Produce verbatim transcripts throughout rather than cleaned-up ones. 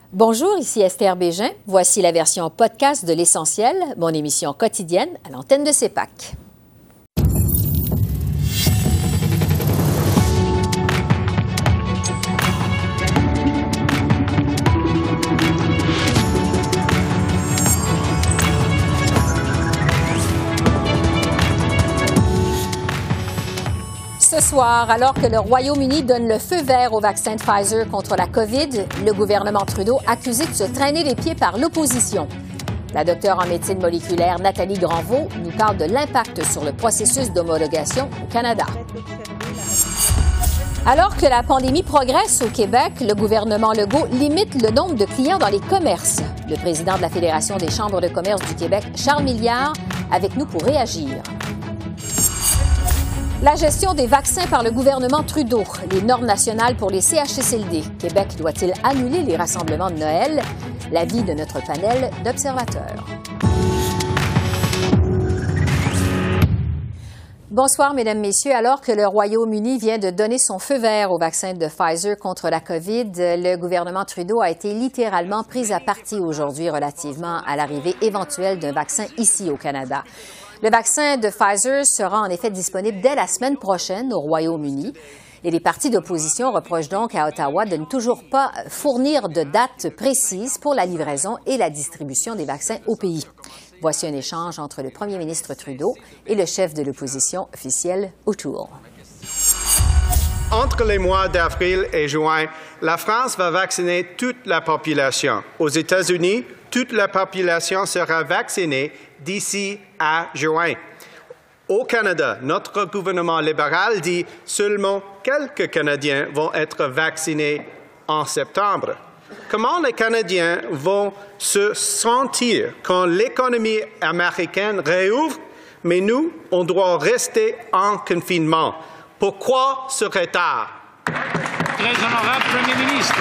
Bonjour, ici Esther Bégin. Voici la version podcast de L'Essentiel, mon émission quotidienne à l'antenne de CEPAC. Ce soir, alors que le Royaume-Uni donne le feu vert au vaccin de Pfizer contre la COVID, le gouvernement Trudeau accusé de se traîner les pieds par l'opposition. La docteure en médecine moléculaire Nathalie Granvaux nous parle de l'impact sur le processus d'homologation au Canada. Alors que la pandémie progresse au Québec, le gouvernement Legault limite le nombre de clients dans les commerces. Le président de la Fédération des chambres de commerce du Québec, Charles Milliard, avec nous pour réagir. La gestion des vaccins par le gouvernement Trudeau, les normes nationales pour les C H C L D. Québec doit-il annuler les rassemblements de Noël? L'avis de notre panel d'observateurs. Bonsoir, Mesdames, Messieurs. Alors que le Royaume-Uni vient de donner son feu vert au vaccin de Pfizer contre la COVID, le gouvernement Trudeau a été littéralement pris à partie aujourd'hui relativement à l'arrivée éventuelle d'un vaccin ici au Canada. Le vaccin de Pfizer sera en effet disponible dès la semaine prochaine au Royaume-Uni. Et les partis d'opposition reprochent donc à Ottawa de ne toujours pas fournir de date précise pour la livraison et la distribution des vaccins au pays. Voici un échange entre le premier ministre Trudeau et le chef de l'opposition officielle O'Toole. Entre les mois d'avril et juin, la France va vacciner toute la population. Aux États-Unis, toute la population sera vaccinée d'ici à juin. Au Canada, notre gouvernement libéral dit seulement quelques Canadiens vont être vaccinés en septembre. Comment les Canadiens vont se sentir quand l'économie américaine réouvre, mais nous, on doit rester en confinement? Pourquoi ce retard? Très honorable Premier ministre.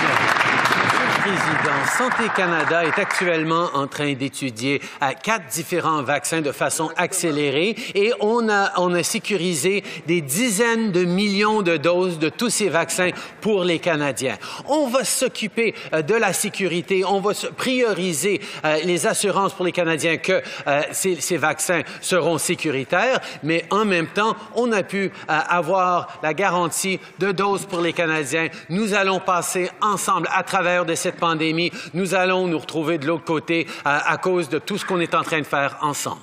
Président, Santé Canada est actuellement en train d'étudier euh, quatre différents vaccins de façon accélérée et on a, on a sécurisé des dizaines de millions de doses de tous ces vaccins pour les Canadiens. On va s'occuper euh, de la sécurité, on va prioriser euh, les assurances pour les Canadiens que euh, ces, ces vaccins seront sécuritaires, mais en même temps, on a pu euh, avoir la garantie de doses pour les Canadiens. Nous allons passer ensemble à travers de cette pandémie, nous allons nous retrouver de l'autre côté à, à cause de tout ce qu'on est en train de faire ensemble.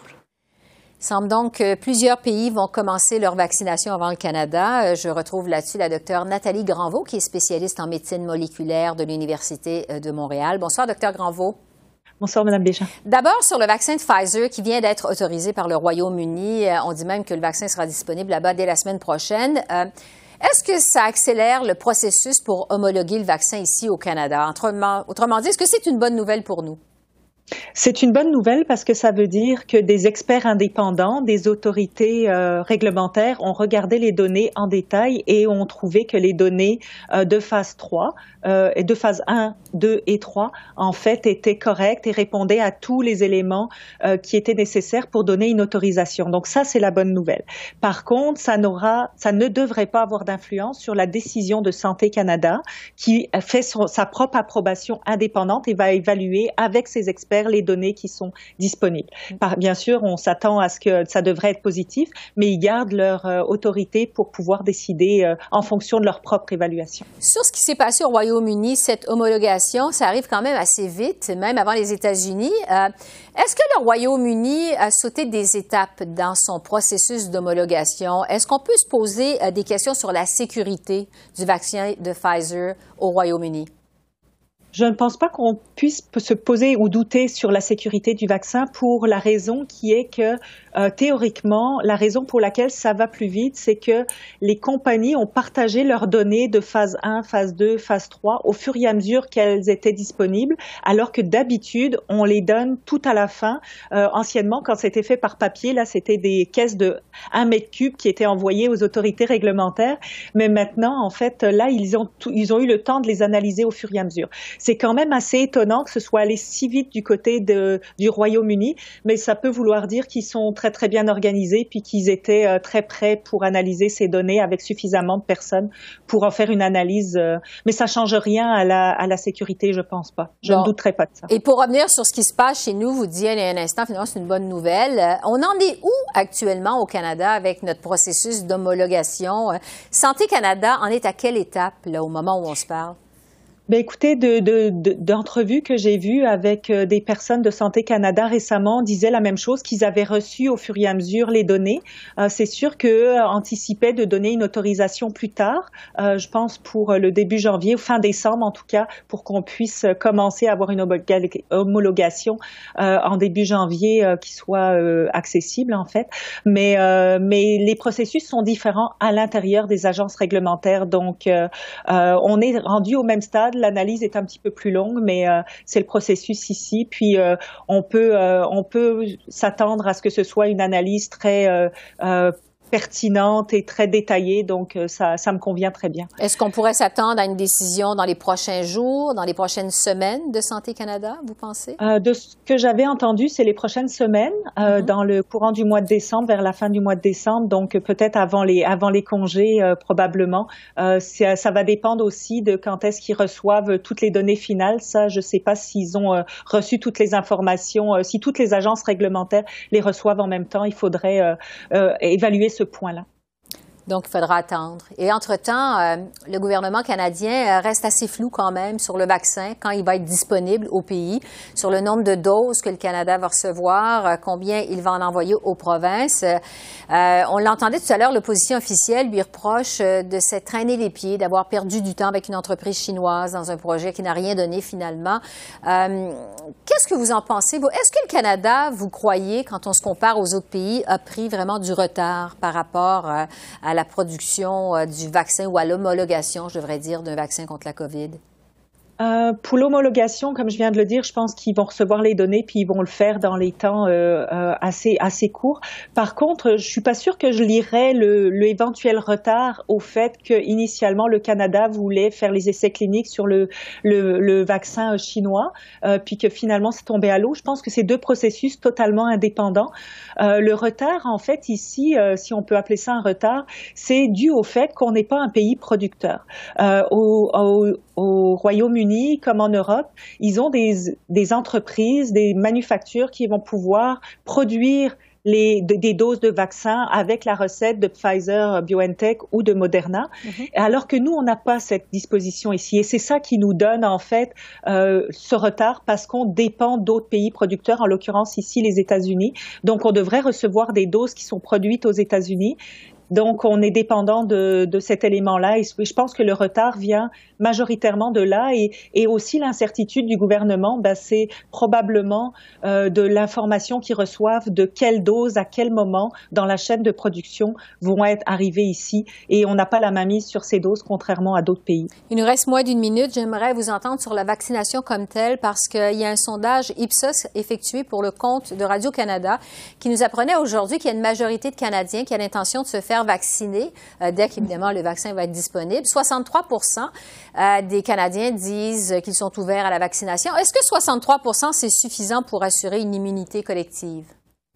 Il semble donc que plusieurs pays vont commencer leur vaccination avant le Canada. Je retrouve là-dessus la docteure Nathalie Granvaux, qui est spécialiste en médecine moléculaire de l'Université de Montréal. Bonsoir, docteur Granvaux. Bonsoir, Mme Bégin. D'abord, sur le vaccin de Pfizer qui vient d'être autorisé par le Royaume-Uni, on dit même que le vaccin sera disponible là-bas dès la semaine prochaine. Euh, Est-ce que ça accélère le processus pour homologuer le vaccin ici au Canada? Autrement, autrement dit, est-ce que c'est une bonne nouvelle pour nous? C'est une bonne nouvelle parce que ça veut dire que des experts indépendants, des autorités euh, réglementaires ont regardé les données en détail et ont trouvé que les données euh, de phase trois euh, et de phase un, deux et trois en fait étaient correctes et répondaient à tous les éléments euh, qui étaient nécessaires pour donner une autorisation. Donc ça, c'est la bonne nouvelle. Par contre, ça n'aura, ça ne devrait pas avoir d'influence sur la décision de Santé Canada qui fait son, sa propre approbation indépendante et va évaluer avec ses experts les données qui sont disponibles. Par, bien sûr, on s'attend à ce que ça devrait être positif, mais ils gardent leur euh, autorité pour pouvoir décider euh, en fonction de leur propre évaluation. Sur ce qui s'est passé au Royaume-Uni, cette homologation, ça arrive quand même assez vite, même avant les États-Unis. Euh, est-ce que le Royaume-Uni a sauté des étapes dans son processus d'homologation? Est-ce qu'on peut se poser euh, des questions sur la sécurité du vaccin de Pfizer au Royaume-Uni? Je ne pense pas qu'on puisse se poser ou douter sur la sécurité du vaccin pour la raison qui est que, euh, théoriquement, la raison pour laquelle ça va plus vite, c'est que les compagnies ont partagé leurs données de phase un, phase deux, phase trois au fur et à mesure qu'elles étaient disponibles, alors que d'habitude, on les donne tout à la fin. Euh, anciennement, quand c'était fait par papier, là, c'était des caisses de un mètre cube qui étaient envoyées aux autorités réglementaires. Mais maintenant, en fait, là, ils ont, tout, ils ont eu le temps de les analyser au fur et à mesure. c'est quand même assez étonnant que ce soit allé si vite du côté de, du Royaume-Uni, mais ça peut vouloir dire qu'ils sont très, très bien organisés puis qu'ils étaient euh, très prêts pour analyser ces données avec suffisamment de personnes pour en faire une analyse. Euh, mais ça change rien à la, à la sécurité, je pense pas. Je bon. ne douterai pas de ça. Et pour revenir sur ce qui se passe chez nous, vous disiez il y a un instant, finalement, c'est une bonne nouvelle. Euh, on en est où actuellement au Canada avec notre processus d'homologation? Euh, Santé Canada en est à quelle étape, là, au moment où on se parle? Ben écoutez, de, de, de, d'entrevues que j'ai vues avec euh, des personnes de Santé Canada récemment disaient la même chose, qu'ils avaient reçu au fur et à mesure les données. Euh, c'est sûr qu'eux anticipaient de donner une autorisation plus tard, euh, je pense pour le début janvier ou fin décembre en tout cas, pour qu'on puisse commencer à avoir une homologation euh, en début janvier euh, qui soit euh, accessible en fait. Mais, euh, mais les processus sont différents à l'intérieur des agences réglementaires, donc euh, euh, on est rendu au même stade. L'analyse est un petit peu plus longue, mais euh, c'est le processus ici. Puis euh, on peut euh, on peut s'attendre à ce que ce soit une analyse très euh, euh, pertinente et très détaillée, donc ça, ça me convient très bien. Est-ce qu'on pourrait s'attendre à une décision dans les prochains jours, dans les prochaines semaines de Santé Canada, vous pensez? Euh, de ce que j'avais entendu, c'est les prochaines semaines, euh, mm-hmm. dans le courant du mois de décembre, vers la fin du mois de décembre, donc peut-être avant les, avant les congés, euh, probablement. Euh, ça, ça va dépendre aussi de quand est-ce qu'ils reçoivent toutes les données finales. Ça, je ne sais pas s'ils ont euh, reçu toutes les informations, euh, si toutes les agences réglementaires les reçoivent en même temps. Il faudrait euh, euh, évaluer ce point-là. Donc, il faudra attendre. Et entre-temps, euh, le gouvernement canadien reste assez flou quand même sur le vaccin, quand il va être disponible au pays, sur le nombre de doses que le Canada va recevoir, euh, combien il va en envoyer aux provinces. Euh, on l'entendait tout à l'heure, l'opposition officielle lui reproche euh, de s'être traîné les pieds, d'avoir perdu du temps avec une entreprise chinoise dans un projet qui n'a rien donné finalement. Euh, qu'est-ce que vous en pensez, vous? Est-ce que le Canada, vous croyez, quand on se compare aux autres pays, a pris vraiment du retard par rapport euh, à la production euh, du vaccin ou à l'homologation, je devrais dire, d'un vaccin contre la COVID? Euh, pour l'homologation, comme je viens de le dire, je pense qu'ils vont recevoir les données puis ils vont le faire dans les temps euh, euh, assez assez courts. Par contre, je suis pas sûre que je lirais le, le éventuel retard au fait que initialement le Canada voulait faire les essais cliniques sur le le, le vaccin chinois, euh, puis que finalement c'est tombé à l'eau. Je pense que c'est deux processus totalement indépendants. Euh, le retard, en fait, ici, euh, si on peut appeler ça un retard, c'est dû au fait qu'on n'est pas un pays producteur. Euh, au, au, au Royaume-Uni, comme en Europe, ils ont des, des entreprises, des manufactures qui vont pouvoir produire les, de, des doses de vaccins avec la recette de Pfizer, BioNTech ou de Moderna, mm-hmm. alors que nous, on n'a pas cette disposition ici. Et c'est ça qui nous donne, en fait, euh, ce retard parce qu'on dépend d'autres pays producteurs, en l'occurrence ici les États-Unis. Donc, on devrait recevoir des doses qui sont produites aux États-Unis. Donc, on est dépendant de, de cet élément-là et je pense que le retard vient majoritairement de là et, et aussi l'incertitude du gouvernement, ben, c'est probablement euh, de l'information qu'ils reçoivent de quelles doses, à quel moment dans la chaîne de production vont être arrivées ici et on n'a pas la mainmise sur ces doses contrairement à d'autres pays. Il nous reste moins d'une minute. J'aimerais vous entendre sur la vaccination comme telle parce qu'il y a un sondage Ipsos effectué pour le compte de Radio-Canada qui nous apprenait aujourd'hui qu'il y a une majorité de Canadiens qui a l'intention de se faire vacciner euh, dès qu'évidemment le vaccin va être disponible. soixante-trois pour cent euh, des Canadiens disent qu'ils sont ouverts à la vaccination. Est-ce que soixante-trois pour cent c'est suffisant pour assurer une immunité collective?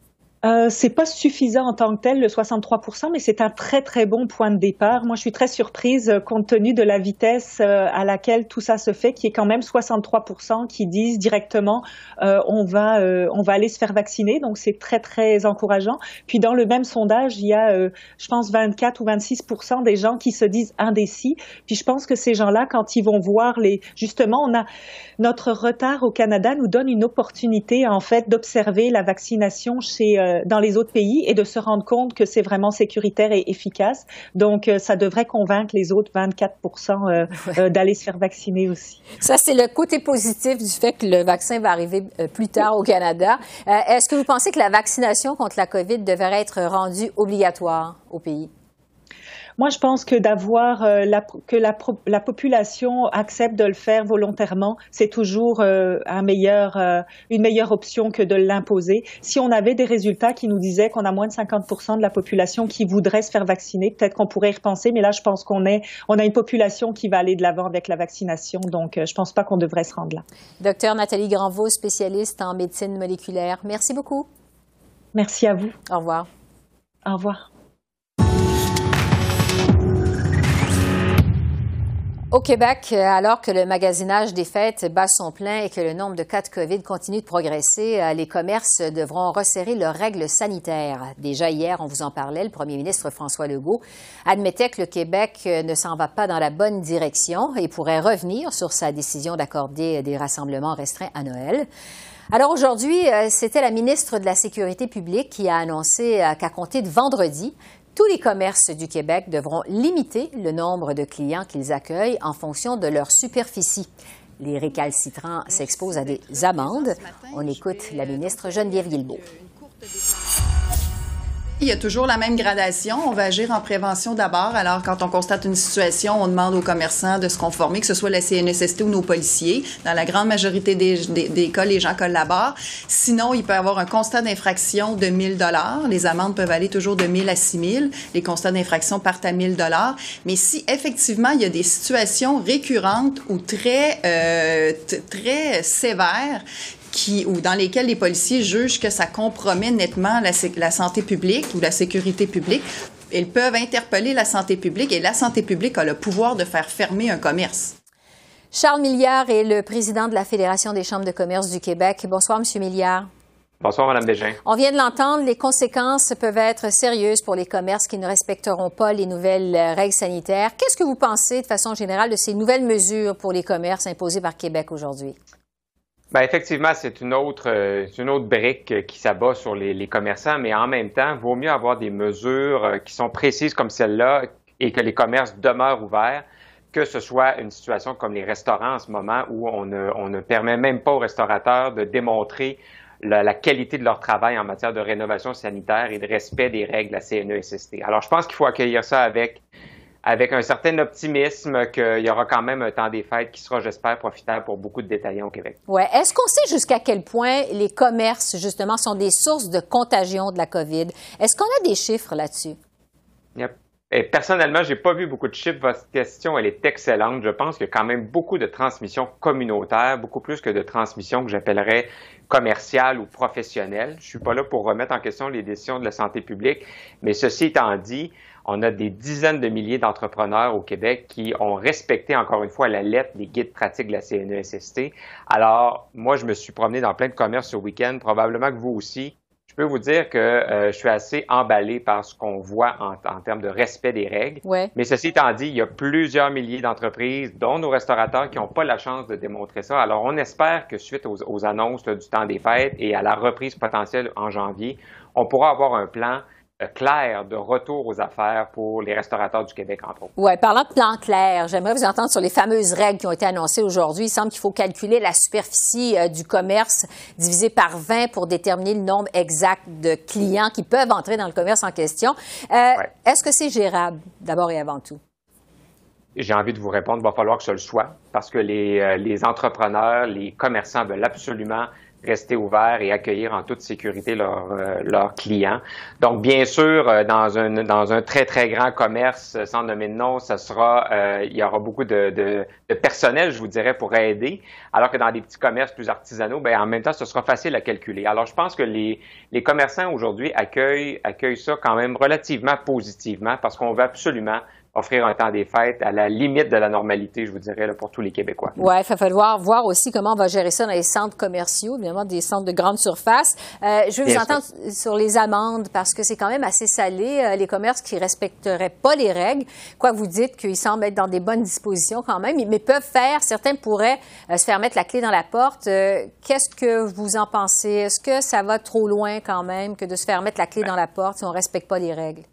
Euh, c'est pas suffisant en tant que tel, le soixante-trois pour cent, mais c'est un très, très bon point de départ. Moi, je suis très surprise euh, compte tenu de la vitesse euh, à laquelle tout ça se fait, qui est quand même soixante-trois pour cent qui disent directement euh, on va euh, on va aller se faire vacciner. Donc, c'est très, très encourageant. Puis, dans le même sondage, il y a, euh, je pense, vingt-quatre ou vingt-six pour cent des gens qui se disent indécis. Puis, je pense que ces gens-là, quand ils vont voir les... Justement, on a notre retard au Canada nous donne une opportunité, en fait, d'observer la vaccination chez... Euh, dans les autres pays et de se rendre compte que c'est vraiment sécuritaire et efficace. Donc, euh, ça devrait convaincre les autres vingt-quatre pour cent euh, euh, d'aller se faire vacciner aussi. Ça, c'est le côté positif du fait que le vaccin va arriver euh, plus tard au Canada. Euh, est-ce que vous pensez que la vaccination contre la COVID devrait être rendue obligatoire au pays? Moi, je pense que d'avoir euh, la, que la, la population accepte de le faire volontairement, c'est toujours euh, un meilleur, euh, une meilleure option que de l'imposer. Si on avait des résultats qui nous disaient qu'on a moins de cinquante pour cent de la population qui voudrait se faire vacciner, peut-être qu'on pourrait y repenser, mais là, je pense qu'on est, on a une population qui va aller de l'avant avec la vaccination, donc euh, je pense pas qu'on devrait se rendre là. Docteur Nathalie Granvaux, spécialiste en médecine moléculaire. Merci beaucoup. Merci à vous. Au revoir. Au revoir. Au Québec, alors que le magasinage des fêtes bat son plein et que le nombre de cas de COVID continue de progresser, les commerces devront resserrer leurs règles sanitaires. Déjà hier, on vous en parlait, le premier ministre François Legault admettait que le Québec ne s'en va pas dans la bonne direction et pourrait revenir sur sa décision d'accorder des rassemblements restreints à Noël. Alors aujourd'hui, c'était la ministre de la Sécurité publique qui a annoncé qu'à compter de vendredi, tous les commerces du Québec devront limiter le nombre de clients qu'ils accueillent en fonction de leur superficie. Les récalcitrants s'exposent à des amendes. On écoute la ministre Geneviève Guilbeault. Il y a toujours la même gradation. On va agir en prévention d'abord. Alors, quand on constate une situation, on demande aux commerçants de se conformer, que ce soit la C N S S T ou nos policiers. Dans la grande majorité des, des, des cas, les gens collaborent. Sinon, il peut y avoir un constat d'infraction de mille dollars. Les amendes peuvent aller toujours de mille à six mille. Les constats d'infraction partent à mille dollars. Mais si effectivement, il y a des situations récurrentes ou très, euh, t- très sévères, Qui, ou dans lesquels les policiers jugent que ça compromet nettement la, la santé publique ou la sécurité publique, ils peuvent interpeller la santé publique et la santé publique a le pouvoir de faire fermer un commerce. Charles Milliard est le président de la Fédération des chambres de commerce du Québec. Bonsoir, M. Milliard. Bonsoir, Mme Bégin. On vient de l'entendre, les conséquences peuvent être sérieuses pour les commerces qui ne respecteront pas les nouvelles règles sanitaires. Qu'est-ce que vous pensez, de façon générale, de ces nouvelles mesures pour les commerces imposées par Québec aujourd'hui? Bien, effectivement, c'est une autre, euh, c'est une autre brique qui s'abat sur les, les commerçants, mais en même temps, il vaut mieux avoir des mesures qui sont précises comme celle-là et que les commerces demeurent ouverts, que ce soit une situation comme les restaurants en ce moment où on ne, on ne permet même pas aux restaurateurs de démontrer la, la qualité de leur travail en matière de rénovation sanitaire et de respect des règles de la C N E S S T. Alors, je pense qu'il faut accueillir ça avec avec un certain optimisme qu'il y aura quand même un temps des fêtes qui sera, j'espère, profitable pour beaucoup de détaillants au Québec. Oui. Est-ce qu'on sait jusqu'à quel point les commerces, justement, sont des sources de contagion de la COVID? Est-ce qu'on a des chiffres là-dessus? Yep. Et personnellement, j'ai pas vu beaucoup de chiffres. Votre question, elle est excellente. Je pense qu'il y a quand même beaucoup de transmissions communautaires, beaucoup plus que de transmissions que j'appellerais commerciales ou professionnelles. Je suis pas là pour remettre en question les décisions de la santé publique, mais ceci étant dit, on a des dizaines de milliers d'entrepreneurs au Québec qui ont respecté, encore une fois, à la lettre les guides pratiques de la C N E S S T. Alors, moi, je me suis promené dans plein de commerces ce week-end, probablement que vous aussi. Je peux vous dire que euh, je suis assez emballé par ce qu'on voit en, en termes de respect des règles. Ouais. Mais ceci étant dit, il y a plusieurs milliers d'entreprises, dont nos restaurateurs, qui n'ont pas la chance de démontrer ça. Alors, on espère que suite aux, aux annonces là, du temps des fêtes et à la reprise potentielle en janvier, on pourra avoir un plan clair de retour aux affaires pour les restaurateurs du Québec, entre autres. Oui, parlant de plan clair, j'aimerais vous entendre sur les fameuses règles qui ont été annoncées aujourd'hui. Il semble qu'il faut calculer la superficie euh, du commerce divisé par vingt pour déterminer le nombre exact de clients qui peuvent entrer dans le commerce en question. Euh, ouais. Est-ce que c'est gérable, d'abord et avant tout? J'ai envie de vous répondre, il va falloir que ce le soit, parce que les, euh, les entrepreneurs, les commerçants veulent absolument rester ouverts et accueillir en toute sécurité leurs euh, leurs clients. Donc, bien sûr, euh, dans un dans un très, très grand commerce, sans nommer de nom, ça sera euh, il y aura beaucoup de, de, de personnel, je vous dirais, pour aider, alors que dans des petits commerces plus artisanaux, ben en même temps, ce sera facile à calculer. Alors, je pense que les les commerçants aujourd'hui accueillent accueillent ça quand même relativement positivement, parce qu'on veut absolument offrir un temps des fêtes à la limite de la normalité, je vous dirais, là, pour tous les Québécois. Oui, il va falloir voir aussi comment on va gérer ça dans les centres commerciaux, évidemment, des centres de grande surface. Euh, je veux Bien vous entendre sûr. sur les amendes, parce que c'est quand même assez salé, euh, les commerces qui respecteraient pas les règles. Quoi que vous dites qu'ils semblent être dans des bonnes dispositions quand même, mais peuvent faire, certains pourraient euh, se faire mettre la clé dans la porte. Euh, qu'est-ce que vous en pensez? Est-ce que ça va trop loin quand même que de se faire mettre la clé dans la porte si on respecte pas les règles?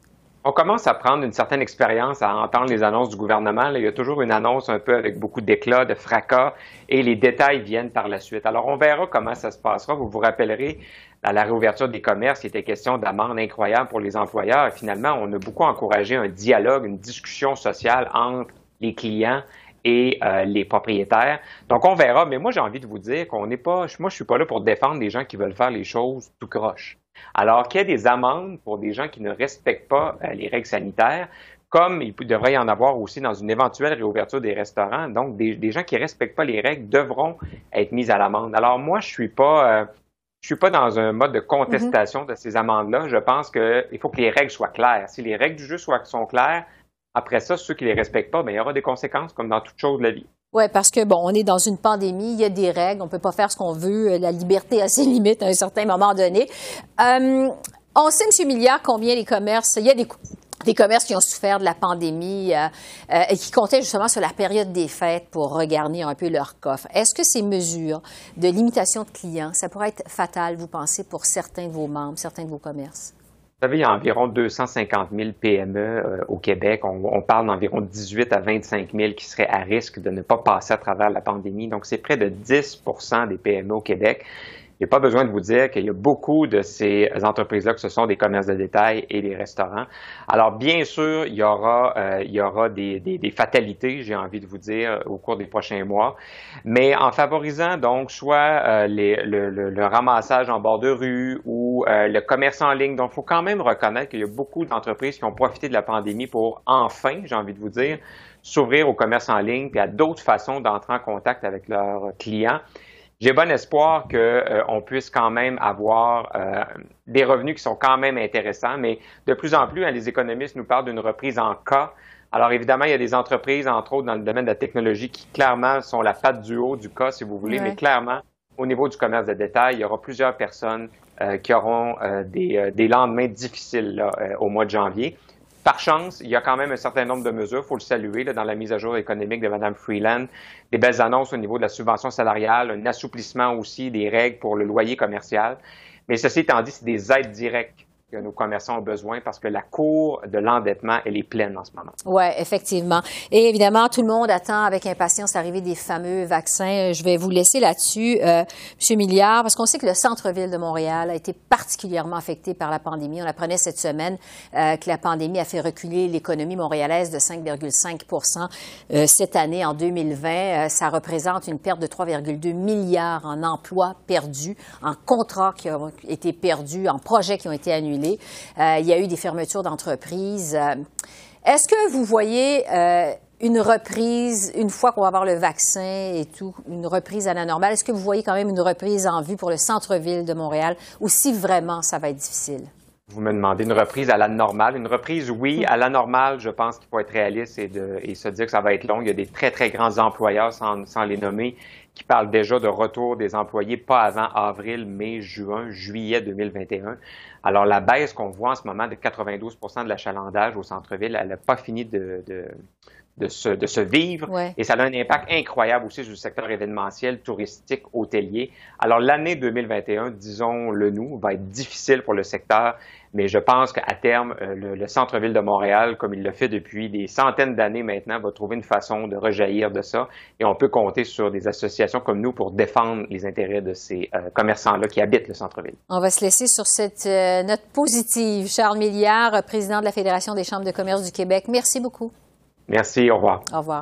On commence à prendre une certaine expérience à entendre les annonces du gouvernement. Là, il y a toujours une annonce un peu avec beaucoup d'éclat, de fracas, et les détails viennent par la suite. Alors, on verra comment ça se passera. Vous vous rappellerez, à la réouverture des commerces, il était question d'amendes incroyables pour les employeurs. Et finalement, on a beaucoup encouragé un dialogue, une discussion sociale entre les clients et euh, les propriétaires. Donc, on verra. Mais moi, j'ai envie de vous dire qu'on n'est pas... Moi, je suis pas là pour défendre des gens qui veulent faire les choses tout croche. Alors qu'il y ait des amendes pour des gens qui ne respectent pas euh, les règles sanitaires, comme il devrait y en avoir aussi dans une éventuelle réouverture des restaurants. Donc, des, des gens qui ne respectent pas les règles devront être mis à l'amende. Alors, moi, je suis pas... Euh, je suis pas dans un mode de contestation mm-hmm. de ces amendes-là. Je pense qu'il faut que les règles soient claires. Si les règles du jeu soient, sont claires, après ça, ceux qui ne les respectent pas, bien, il y aura des conséquences, comme dans toute chose de la vie. Oui, parce que, bon, on est dans une pandémie, il y a des règles, on ne peut pas faire ce qu'on veut, la liberté a ses limites à un certain moment donné. Euh, on sait, M. Milliard, combien les commerces, il y a des, des commerces qui ont souffert de la pandémie euh, euh, et qui comptaient justement sur la période des fêtes pour regarnir un peu leur coffre. Est-ce que ces mesures de limitation de clients, ça pourrait être fatal, vous pensez, pour certains de vos membres, certains de vos commerces? Vous savez, il y a environ deux cent cinquante mille P M E euh, au Québec. On, on parle d'environ dix-huit à vingt-cinq mille qui seraient à risque de ne pas passer à travers la pandémie. Donc, c'est près de dix pour cent des P M E au Québec. Il n'y a pas besoin de vous dire qu'il y a beaucoup de ces entreprises-là que ce sont des commerces de détail et des restaurants. Alors, bien sûr, il y aura, euh, il y aura des, des, des fatalités, j'ai envie de vous dire, au cours des prochains mois. Mais en favorisant donc soit euh, les, le, le, le ramassage en bord de rue ou euh, le commerce en ligne, donc il faut quand même reconnaître qu'il y a beaucoup d'entreprises qui ont profité de la pandémie pour enfin, j'ai envie de vous dire, s'ouvrir au commerce en ligne et à d'autres façons d'entrer en contact avec leurs clients. J'ai bon espoir qu'on euh, puisse quand même avoir euh, des revenus qui sont quand même intéressants, mais de plus en plus, hein, les économistes nous parlent d'une reprise en cas. Alors évidemment, il y a des entreprises, entre autres dans le domaine de la technologie, qui clairement sont la patte du haut du cas, si vous voulez, ouais. Mais clairement, au niveau du commerce de détail, il y aura plusieurs personnes euh, qui auront euh, des, euh, des lendemains difficiles là, euh, au mois de janvier. Par chance, il y a quand même un certain nombre de mesures, il faut le saluer, là, dans la mise à jour économique de Mme Freeland, des belles annonces au niveau de la subvention salariale, un assouplissement aussi des règles pour le loyer commercial. Mais ceci étant dit, c'est des aides directes que nos commerçants ont besoin parce que la cour de l'endettement, elle est pleine en ce moment. Oui, effectivement. Et évidemment, tout le monde attend avec impatience l'arrivée des fameux vaccins. Je vais vous laisser là-dessus, euh, M. Milliard, parce qu'on sait que le centre-ville de Montréal a été particulièrement affecté par la pandémie. On apprenait cette semaine euh, que la pandémie a fait reculer l'économie montréalaise de cinq virgule cinq pour cent euh, cette année, en deux mille vingt. Euh, ça représente une perte de trois virgule deux milliards en emplois perdus, en contrats qui ont été perdus, en projets qui ont été annulés. Euh, il y a eu des fermetures d'entreprises. Euh, est-ce que vous voyez euh, une reprise, une fois qu'on va avoir le vaccin et tout, une reprise à la normale? Est-ce que vous voyez quand même une reprise en vue pour le centre-ville de Montréal ou si vraiment ça va être difficile? Vous me demandez une reprise à la normale. Une reprise, oui. À la normale, je pense qu'il faut être réaliste et, de, et se dire que ça va être long. Il y a des très, très grands employeurs, sans, sans les nommer, qui parlent déjà de retour des employés pas avant avril, mai, juin, juillet deux mille vingt et un. Alors, la baisse qu'on voit en ce moment de quatre-vingt-douze pour cent de l'achalandage au centre-ville, elle n'a pas fini de, de, de, se, de se vivre. Ouais. Et ça a un impact incroyable aussi sur le secteur événementiel, touristique, hôtelier. Alors, l'année deux mille vingt et un, disons-le nous, va être difficile pour le secteur. Mais je pense qu'à terme, euh, le, le centre-ville de Montréal, comme il le fait depuis des centaines d'années maintenant, va trouver une façon de rejaillir de ça. Et on peut compter sur des associations comme nous pour défendre les intérêts de ces euh, commerçants-là qui habitent le centre-ville. On va se laisser sur cette euh, note positive. Charles Milliard, président de la Fédération des chambres de commerce du Québec. Merci beaucoup. Merci. Au revoir. Au revoir.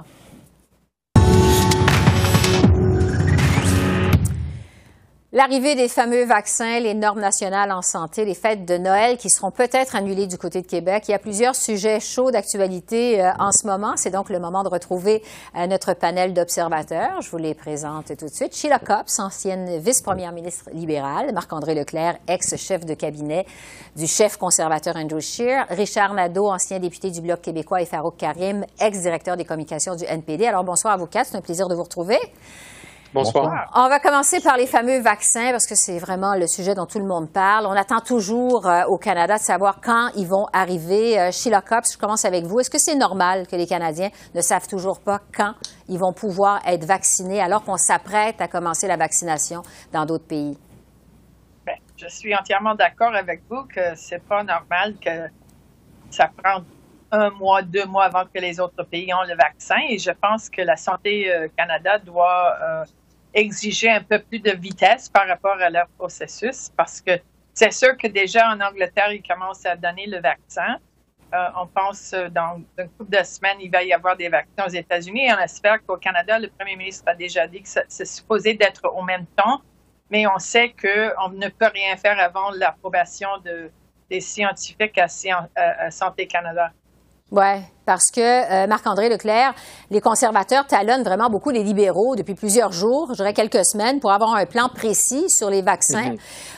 L'arrivée des fameux vaccins, les normes nationales en santé, les fêtes de Noël qui seront peut-être annulées du côté de Québec. Il y a plusieurs sujets chauds d'actualité euh, en ce moment. C'est donc le moment de retrouver euh, notre panel d'observateurs. Je vous les présente tout de suite. Sheila Copps, ancienne vice-première ministre libérale. Marc-André Leclerc, ex-chef de cabinet du chef conservateur Andrew Scheer. Richard Nadeau, ancien député du Bloc québécois, et Farouk Karim, ex-directeur des communications du N P D. Alors, bonsoir à vous quatre. C'est un plaisir de vous retrouver. Bonsoir. On va commencer par les fameux vaccins parce que c'est vraiment le sujet dont tout le monde parle. On attend toujours euh, au Canada de savoir quand ils vont arriver. Euh, Sheila Copps, je commence avec vous. Est-ce que c'est normal que les Canadiens ne savent toujours pas quand ils vont pouvoir être vaccinés alors qu'on s'apprête à commencer la vaccination dans d'autres pays? Bien, je suis entièrement d'accord avec vous que c'est pas normal que ça prend un mois, deux mois avant que les autres pays ont le vaccin. Et je pense que la Santé euh, Canada doit euh, exiger un peu plus de vitesse par rapport à leur processus, parce que c'est sûr que déjà en Angleterre, ils commencent à donner le vaccin. Euh, on pense euh, dans une couple de semaines, il va y avoir des vaccins aux États-Unis. Et on espère qu'au Canada, le premier ministre a déjà dit que c'est supposé d'être au même temps, mais on sait qu'on ne peut rien faire avant l'approbation de, des scientifiques à, à, à Santé Canada. Oui, parce que, euh, Marc-André Leclerc, les conservateurs talonnent vraiment beaucoup les libéraux depuis plusieurs jours, je dirais quelques semaines, pour avoir un plan précis sur les vaccins.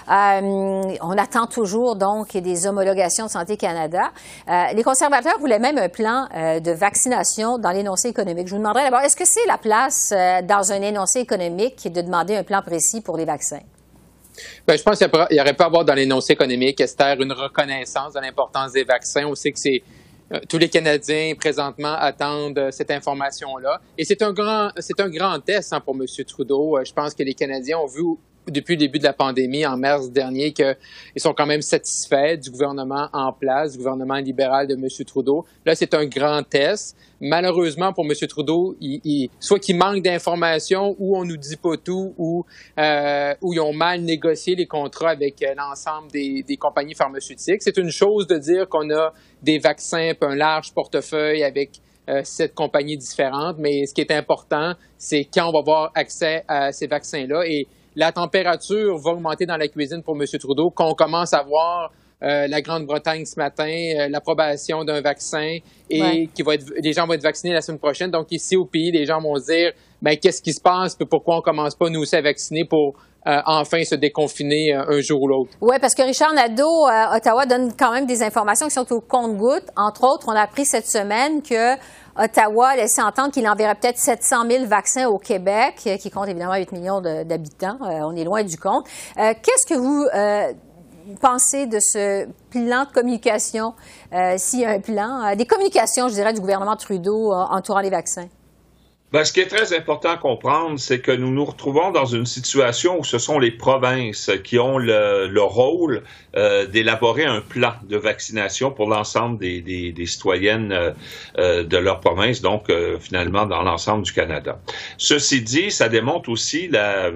Mm-hmm. euh, on attend toujours, donc, des homologations de Santé Canada. Euh, les conservateurs voulaient même un plan euh, de vaccination dans l'énoncé économique. Je vous demanderais d'abord, est-ce que c'est la place euh, dans un énoncé économique de demander un plan précis pour les vaccins? Bien, je pense qu'il y aurait pu avoir dans l'énoncé économique, Esther, une reconnaissance de l'importance des vaccins. On sait que c'est tous les Canadiens, présentement, attendent cette information-là. Et c'est un grand, c'est un grand test hein, pour M. Trudeau. Je pense que les Canadiens ont vu, depuis le début de la pandémie, en mars dernier, qu'ils sont quand même satisfaits du gouvernement en place, du gouvernement libéral de M. Trudeau. Là, c'est un grand test. Malheureusement, pour M. Trudeau, il, il, soit qu'il manque d'informations, ou on nous dit pas tout, ou euh, ou ils ont mal négocié les contrats avec euh, l'ensemble des, des compagnies pharmaceutiques. C'est une chose de dire qu'on a des vaccins, un large portefeuille avec euh, sept compagnies différentes, mais ce qui est important, c'est quand on va avoir accès à ces vaccins-là. Et la température va augmenter dans la cuisine pour M. Trudeau, qu'on commence à voir euh, la Grande-Bretagne ce matin, euh, l'approbation d'un vaccin et ouais. qui va être, les gens vont être vaccinés la semaine prochaine. Donc ici au pays, les gens vont se dire, ben qu'est-ce qui se passe, puis pourquoi on commence pas nous aussi à vacciner pour euh, enfin se déconfiner euh, un jour ou l'autre. Oui, parce que Richard Nadeau, euh, Ottawa donne quand même des informations qui sont au compte-gouttes. Entre autres, on a appris cette semaine que Ottawa laissait entendre qu'il enverrait peut-être sept cent mille vaccins au Québec, qui compte évidemment huit millions de, d'habitants. Euh, on est loin du compte. Euh, qu'est-ce que vous euh, pensez de ce plan de communication, euh, s'il y a un plan, euh, des communications, je dirais, du gouvernement Trudeau euh, entourant les vaccins? Ben, ce qui est très important à comprendre, c'est que nous nous retrouvons dans une situation où ce sont les provinces qui ont le, le rôle euh, d'élaborer un plan de vaccination pour l'ensemble des, des, des citoyennes euh, euh, de leur province, donc euh, finalement dans l'ensemble du Canada. Ceci dit, ça démontre aussi la...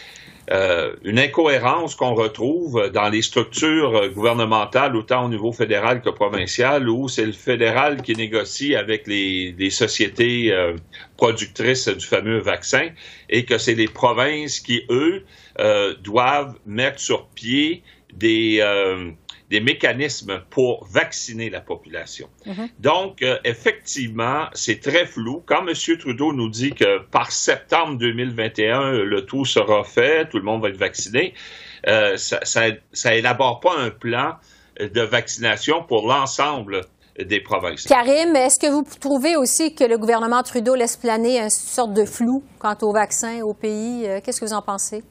Euh, une incohérence qu'on retrouve dans les structures gouvernementales, autant au niveau fédéral que provincial, où c'est le fédéral qui négocie avec les, les sociétés euh, productrices du fameux vaccin et que c'est les provinces qui, eux, euh, doivent mettre sur pied des... Euh, des mécanismes pour vacciner la population. Mm-hmm. Donc, euh, effectivement, c'est très flou. Quand M. Trudeau nous dit que par septembre deux mille vingt et un, le tout sera fait, tout le monde va être vacciné, euh, ça, ça, ça élabore pas un plan de vaccination pour l'ensemble des provinces. Karim, est-ce que vous trouvez aussi que le gouvernement Trudeau laisse planer une sorte de flou quant aux vaccins au pays? Qu'est-ce que vous en pensez?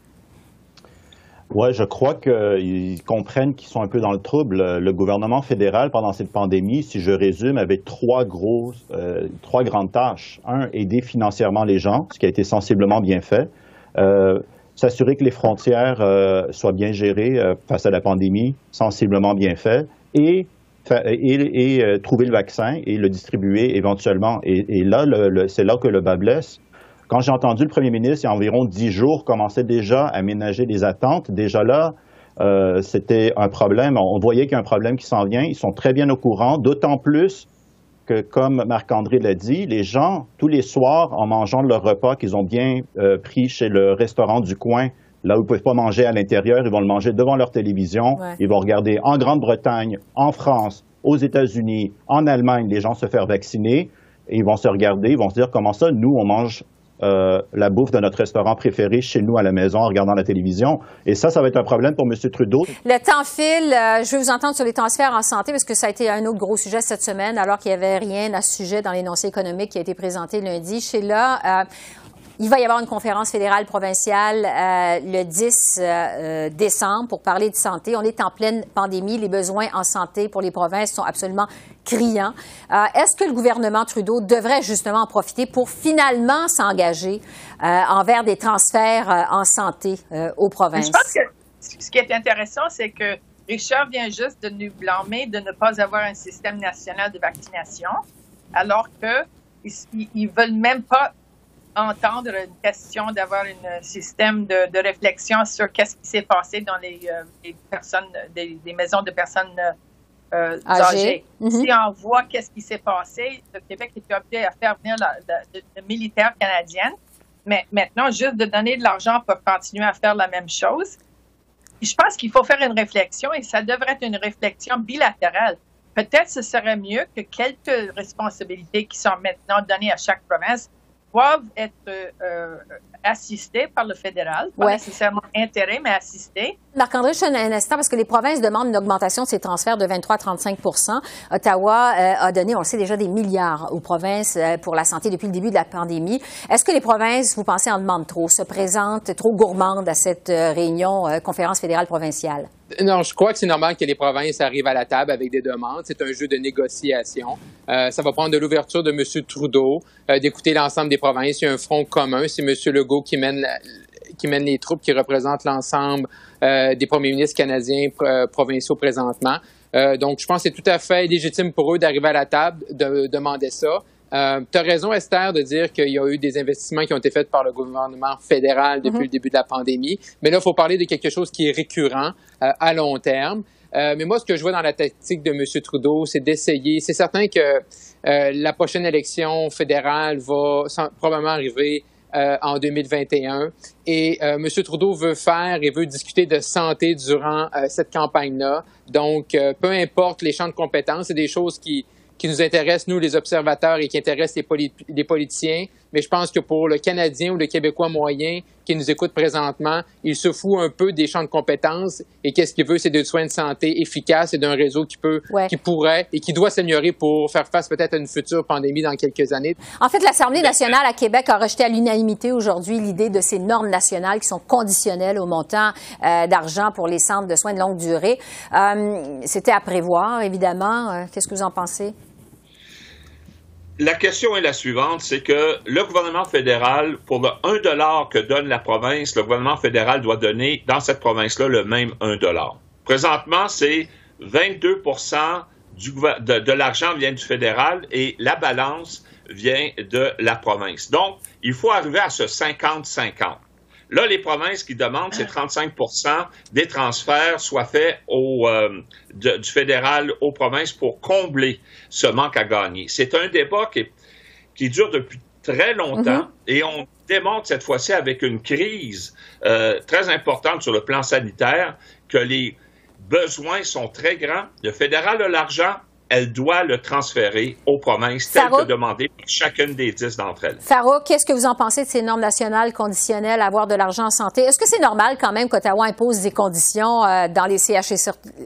Oui, je crois qu'ils comprennent qu'ils sont un peu dans le trouble. Le gouvernement fédéral, pendant cette pandémie, si je résume, avait trois grosses, euh, trois grandes tâches. Un, aider financièrement les gens, ce qui a été sensiblement bien fait. Euh, s'assurer que les frontières euh, soient bien gérées euh, face à la pandémie, sensiblement bien fait. Et, et, et euh, trouver le vaccin et le distribuer éventuellement. Et, et là, le, le, c'est là que le bas blesse. Quand j'ai entendu le premier ministre, il y a environ dix jours, commençait déjà à ménager des attentes. Déjà là, euh, c'était un problème. On voyait qu'il y a un problème qui s'en vient. Ils sont très bien au courant, d'autant plus que, comme Marc-André l'a dit, les gens, tous les soirs, en mangeant leur repas qu'ils ont bien euh, pris chez le restaurant du coin, là où ils ne peuvent pas manger à l'intérieur, ils vont le manger devant leur télévision. Ouais. Ils vont regarder en Grande-Bretagne, en France, aux États-Unis, en Allemagne, les gens se faire vacciner. Et ils vont se regarder, ils vont se dire comment ça, nous, on mange Euh, la bouffe de notre restaurant préféré chez nous à la maison en regardant la télévision. Et ça, ça va être un problème pour M. Trudeau. Le temps file. Euh, je veux vous entendre sur les transferts en santé parce que ça a été un autre gros sujet cette semaine alors qu'il n'y avait rien à ce sujet dans l'énoncé économique qui a été présenté lundi. Chez là, euh, il va y avoir une conférence fédérale provinciale euh, le dix euh, décembre pour parler de santé. On est en pleine pandémie. Les besoins en santé pour les provinces sont absolument criants. Euh, est-ce que le gouvernement Trudeau devrait justement en profiter pour finalement s'engager euh, envers des transferts euh, en santé euh, aux provinces? Je pense que ce qui est intéressant, c'est que Richard vient juste de nous blâmer de ne pas avoir un système national de vaccination, alors qu'ils ne veulent même pas entendre une question d'avoir un système de, de réflexion sur qu'est-ce qui s'est passé dans les, euh, les personnes, des, des maisons de personnes euh, âgées. Mm-hmm. Si on voit qu'est-ce qui s'est passé, le Québec est appelé à faire venir la, la, la, la militaire canadienne, mais maintenant, juste de donner de l'argent pour continuer à faire la même chose, je pense qu'il faut faire une réflexion et ça devrait être une réflexion bilatérale. Peut-être ce serait mieux que quelques responsabilités qui sont maintenant données à chaque province doivent être euh, assistés par le fédéral, pas ouais. nécessairement intérêt, mais assistés. Marc-André, je un instant, parce que les provinces demandent une augmentation de ces transferts de vingt-trois à trente-cinq pour cent. Ottawa euh, a donné, on le sait déjà, des milliards aux provinces euh, pour la santé depuis le début de la pandémie. Est-ce que les provinces, vous pensez, en demandent trop, se présentent trop gourmandes à cette euh, réunion euh, conférence fédérale provinciale? Non, je crois que c'est normal que les provinces arrivent à la table avec des demandes. C'est un jeu de négociation. Euh, ça va prendre de l'ouverture de M. Trudeau, euh, d'écouter l'ensemble des provinces. Il y a un front commun. C'est M. Legault qui mène, la, qui mène les troupes, qui représentent l'ensemble euh, des premiers ministres canadiens euh, provinciaux présentement. Euh, donc, je pense que c'est tout à fait légitime pour eux d'arriver à la table, de, de demander ça. Euh, tu as raison, Esther, de dire qu'il y a eu des investissements qui ont été faits par le gouvernement fédéral depuis mm-hmm. le début de la pandémie. Mais là, il faut parler de quelque chose qui est récurrent euh, à long terme. Euh, mais moi, ce que je vois dans la tactique de M. Trudeau, c'est d'essayer. C'est certain que euh, la prochaine élection fédérale va sans, probablement arriver euh, en deux mille vingt et un. Et euh, M. Trudeau veut faire et veut discuter de santé durant euh, cette campagne-là. Donc, euh, peu importe les champs de compétences, c'est des choses qui qui nous intéressent, nous, les observateurs, et qui intéressent les, poli- les politiciens. Mais je pense que pour le Canadien ou le Québécois moyen qui nous écoute présentement, il se fout un peu des champs de compétences et qu'est-ce qu'il veut, c'est des soins de santé efficaces et d'un réseau qui peut, ouais. qui pourrait et qui doit s'améliorer pour faire face peut-être à une future pandémie dans quelques années. En fait, l'Assemblée nationale à Québec a rejeté à l'unanimité aujourd'hui l'idée de ces normes nationales qui sont conditionnelles au montant euh, d'argent pour les centres de soins de longue durée. Euh, c'était à prévoir, évidemment. Euh, qu'est-ce que vous en pensez? La question est la suivante, c'est que le gouvernement fédéral, pour le un dollar que donne la province, le gouvernement fédéral doit donner dans cette province-là le même un dollar. Présentement, c'est vingt-deux pour cent du, de, de l'argent vient du fédéral et la balance vient de la province. Donc, il faut arriver à ce cinquante cinquante. Là, les provinces qui demandent, c'est trente-cinq pour cent des transferts soient faits au, euh, de, du fédéral aux provinces pour combler ce manque à gagner. C'est un débat qui, est, qui dure depuis très longtemps mm-hmm. et on démontre cette fois-ci avec une crise euh, très importante sur le plan sanitaire que les besoins sont très grands. Le fédéral a l'argent. Elle doit le transférer aux provinces tel que demandé par chacune des dix d'entre elles. Farouk, qu'est-ce que vous en pensez de ces normes nationales conditionnelles à avoir de l'argent en santé? Est-ce que c'est normal quand même qu'Ottawa impose des conditions euh, dans les C H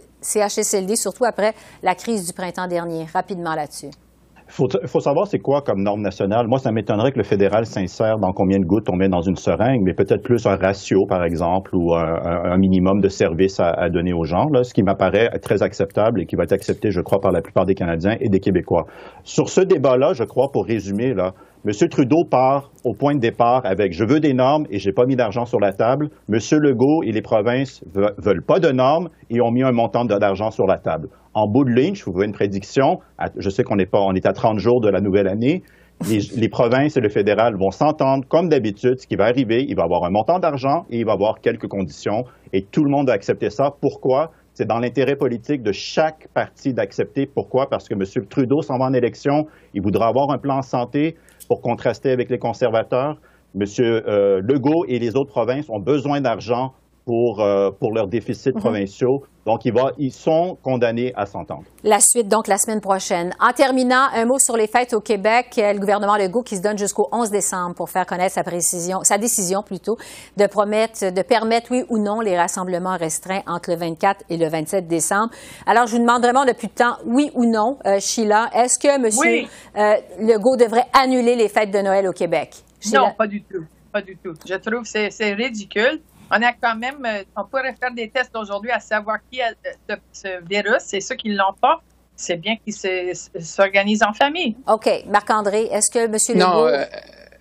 S L D, surtout après la crise du printemps dernier? Rapidement là-dessus. Il faut, faut savoir c'est quoi comme norme nationale. Moi, ça m'étonnerait que le fédéral s'insère dans combien de gouttes on met dans une seringue, mais peut-être plus un ratio, par exemple, ou un, un minimum de services à, à donner aux gens, là, ce qui m'apparaît très acceptable et qui va être accepté, je crois, par la plupart des Canadiens et des Québécois. Sur ce débat-là, je crois, pour résumer, là, M. Trudeau part au point de départ avec « je veux des normes et j'ai pas mis d'argent sur la table ». M. Legault et les provinces ve- veulent pas de normes et ont mis un montant d'argent sur la table. En bout de ligne, je vous fais une prédiction, je sais qu'on est pas, on est à trente jours de la nouvelle année, les, les provinces et le fédéral vont s'entendre comme d'habitude. Ce qui va arriver, il va y avoir un montant d'argent et il va y avoir quelques conditions et tout le monde va accepter ça. Pourquoi? C'est dans l'intérêt politique de chaque parti d'accepter. Pourquoi? Parce que M. Trudeau s'en va en élection, il voudra avoir un plan santé pour contraster avec les conservateurs. M. Euh, Legault et les autres provinces ont besoin d'argent pour, euh, pour leurs déficits mm-hmm. provinciaux. Donc, il va, ils sont condamnés à s'entendre. La suite, donc, la semaine prochaine. En terminant, un mot sur les fêtes au Québec. Le gouvernement Legault qui se donne jusqu'au onze décembre pour faire connaître sa, précision, sa décision plutôt de, promettre, de permettre, oui ou non, les rassemblements restreints entre le vingt-quatre et le vingt-sept décembre. Alors, je vous demande vraiment depuis le temps, oui ou non, euh, Sheila, est-ce que M. Oui. Euh, Legault devrait annuler les fêtes de Noël au Québec? Sheila? Non, pas du tout. Pas du tout. Je trouve que c'est, c'est ridicule. On a quand même, on pourrait faire des tests aujourd'hui à savoir qui a ce, ce virus. C'est ceux qui ne l'ont pas. C'est bien qu'ils se, s'organisent en famille. OK. Marc-André, est-ce que M. Legault... Non, euh,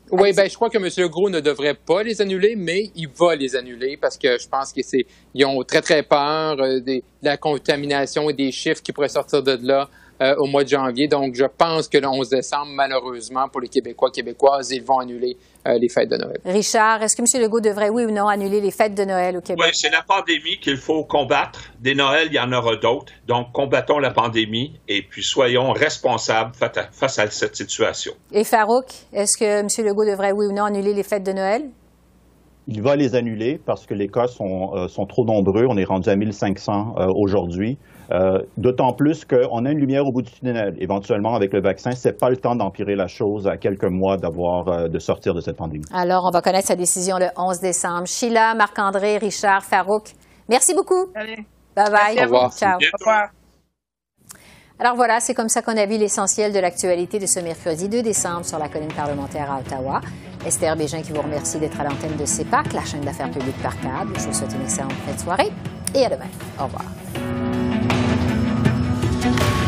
Oui, ben je crois que M. Legault ne devrait pas les annuler, mais il va les annuler parce que je pense qu'ils ont très, très peur euh, des, de la contamination et des chiffres qui pourraient sortir de là euh, au mois de janvier. Donc, je pense que le onze décembre, malheureusement, pour les Québécois, Québécoises, ils vont annuler euh, les fêtes de Noël. Richard, est-ce que M. Legault devrait, oui ou non, annuler les fêtes de Noël au Québec? Oui, c'est la pandémie qu'il faut combattre. Des Noëls, il y en aura d'autres. Donc, combattons la pandémie et puis soyons responsables face à cette situation. Et Farouk, est-ce que M. Legault devrait, oui ou non, annuler les fêtes de Noël? Il va les annuler parce que les cas sont, euh, sont trop nombreux. On est rendu à mille cinq cents euh, aujourd'hui. Euh, D'autant plus qu'on a une lumière au bout du tunnel. Éventuellement, avec le vaccin, c'est pas le temps d'empirer la chose à quelques mois d'avoir euh, de sortir de cette pandémie. Alors, on va connaître sa décision le onze décembre. Sheila, Marc-André, Richard, Farouk, merci beaucoup. Allez. Bye-bye. Au revoir. Ciao. Au revoir. Alors voilà, c'est comme ça qu'on a vu l'essentiel de l'actualité de ce mercredi deux décembre sur la colline parlementaire à Ottawa. Esther Bégin qui vous remercie d'être à l'antenne de C E P A C, la chaîne d'affaires publiques par câble. Je vous souhaite une excellente fin de soirée et à demain. Au revoir.